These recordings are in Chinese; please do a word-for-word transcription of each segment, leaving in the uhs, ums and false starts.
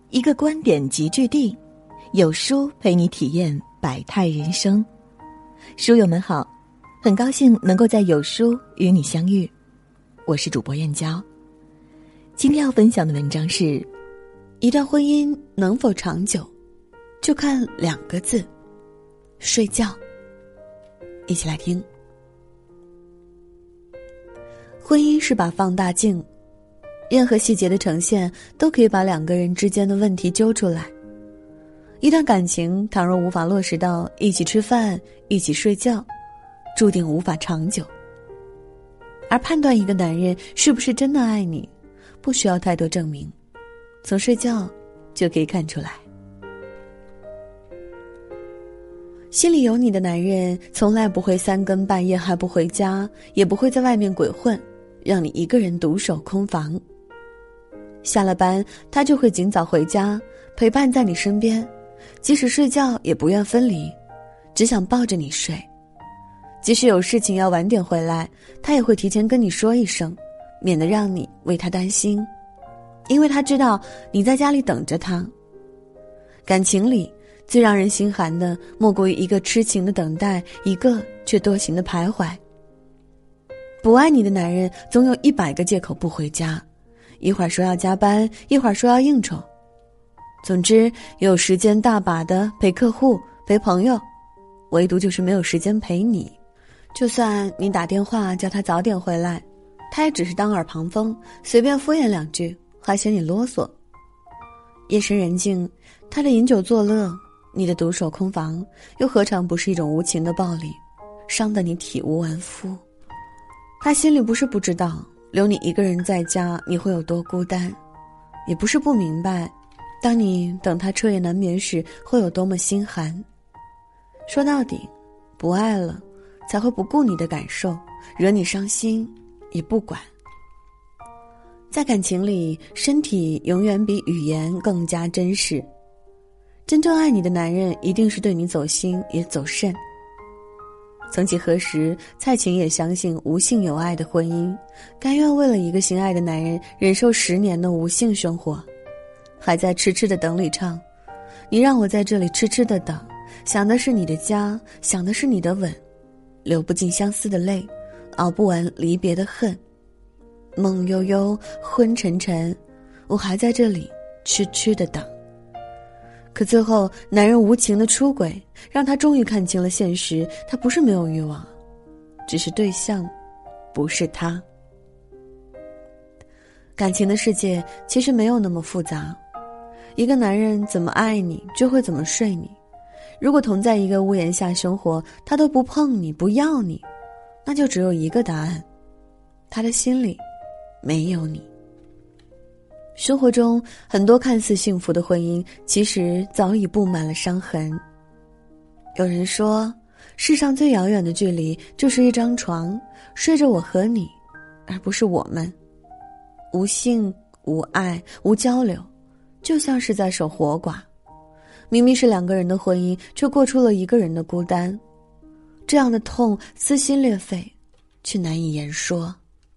一个观点集聚地，有书陪你体验百态人生。书友们好，很高兴能够在有书与你相遇，我是主播燕娇。今天要分享的文章是：一段婚姻能否长久，就看两个字，睡觉。一起来听。婚姻是把放大镜，任何细节的呈现都可以把两个人之间的问题揪出来。一段感情倘若无法落实到一起吃饭、一起睡觉，注定无法长久。而判断一个男人是不是真的爱你，不需要太多证明，从睡觉就可以看出来。心里有你的男人从来不会三更半夜还不回家，也不会在外面鬼混，让你一个人独守空房。下了班他就会尽早回家，陪伴在你身边，即使睡觉也不愿分离，只想抱着你睡。即使有事情要晚点回来，他也会提前跟你说一声，免得让你为他担心，因为他知道你在家里等着他。感情里最让人心寒的莫过于一个痴情的等待，一个却多情的徘徊。不爱你的男人总有一百个借口不回家，一会儿说要加班，一会儿说要应酬，总之有时间大把的陪客户陪朋友，唯独就是没有时间陪你。就算你打电话叫他早点回来，他也只是当耳旁风，随便敷衍两句，还嫌你啰嗦。夜深人静，他的饮酒作乐，你的独守空房，又何尝不是一种无情的暴力，伤得你体无完肤。他心里不是不知道留你一个人在家你会有多孤单，也不是不明白当你等他彻夜难眠时会有多么心寒。说到底，不爱了才会不顾你的感受，惹你伤心也不管。在感情里，身体永远比语言更加真实。真正爱你的男人一定是对你走心也走肾。曾几何时，蔡琴也相信无性有爱的婚姻，甘愿为了一个心爱的男人忍受十年的无性生活，还在痴痴的等里唱：你让我在这里痴痴的等，想的是你的家，想的是你的吻，流不尽相思的泪，熬不完离别的恨。梦悠悠，昏沉沉，我还在这里痴痴的等。可最后男人无情的出轨，让他终于看清了现实，他不是没有欲望，只是对象不是他。感情的世界其实没有那么复杂，一个男人怎么爱你就会怎么睡你。如果同在一个屋檐下生活，他都不碰你不要你，那就只有一个答案，他的心里没有你。生活中很多看似幸福的婚姻，其实早已布满了伤痕。有人说，世上最遥远的距离就是一张床，睡着我和你，而不是我们。无性无爱无交流，就像是在守活寡。明明是两个人的婚姻，却过出了一个人的孤单。这样的痛撕心裂肺，却难以言说。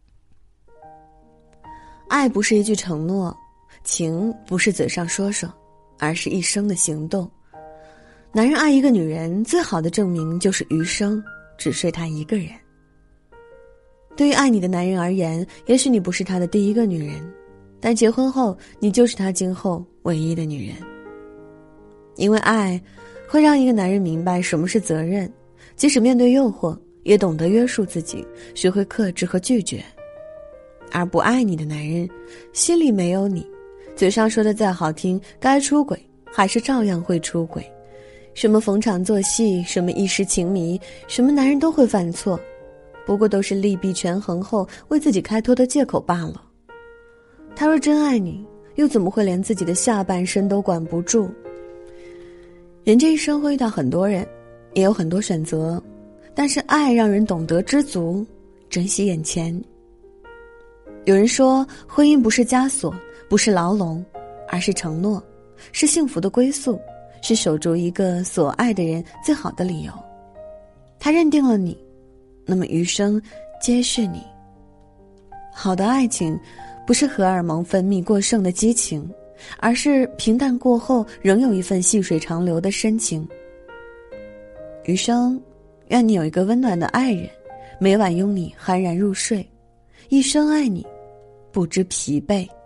爱不是一句承诺，情不是嘴上说说，而是一生的行动。男人爱一个女人，最好的证明就是余生只睡她一个人。对于爱你的男人而言，也许你不是他的第一个女人，但结婚后你就是他今后唯一的女人。因为爱会让一个男人明白什么是责任，即使面对诱惑也懂得约束自己，学会克制和拒绝。而不爱你的男人，心里没有你，嘴上说的再好听，该出轨还是照样会出轨。什么逢场作戏，什么一时情迷，什么男人都会犯错，不过都是利弊权衡后为自己开脱的借口罢了。他若真爱你，又怎么会连自己的下半身都管不住？人这一生会遇到很多人，也有很多选择，但是爱让人懂得知足，珍惜眼前。有人说，婚姻不是枷锁，不是牢笼，而是承诺，是幸福的归宿，是守住一个所爱的人最好的理由。他认定了你，那么余生皆是你。好的爱情不是荷尔蒙分泌过剩的激情， 而是平淡过后仍有一份细水长流的深情。余生，愿你有一个温暖的爱人，每晚拥你酣然入睡，一生爱你，不知疲惫。